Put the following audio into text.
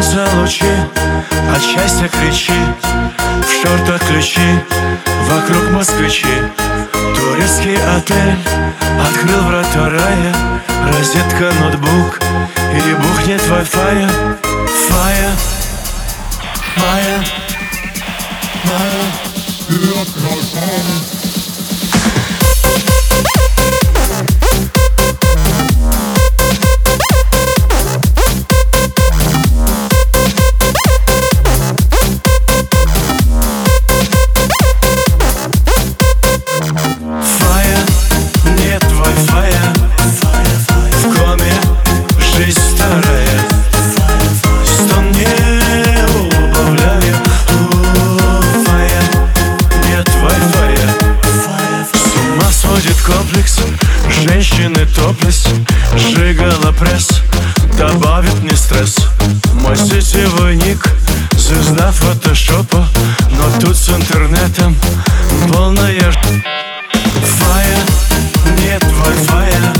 солнца лучи, от счастья кричи, в шортах ключи, вокруг москвичи. Турецкий отель открыл врата рая, розетка, ноутбук, и бухнет Wi-Fi. Fire, fire, fire. Нет Wi-Fi, в коме жизнь старая, стон не убавляя. Нет Wi-Fi, с ума сводит комплекс, женщины топлес, сжигала пресс, добавит мне стресс. Мой сетевой ник, звезда фотошопа, но тут с интернетом полная. Fire, нет Wi-Fi.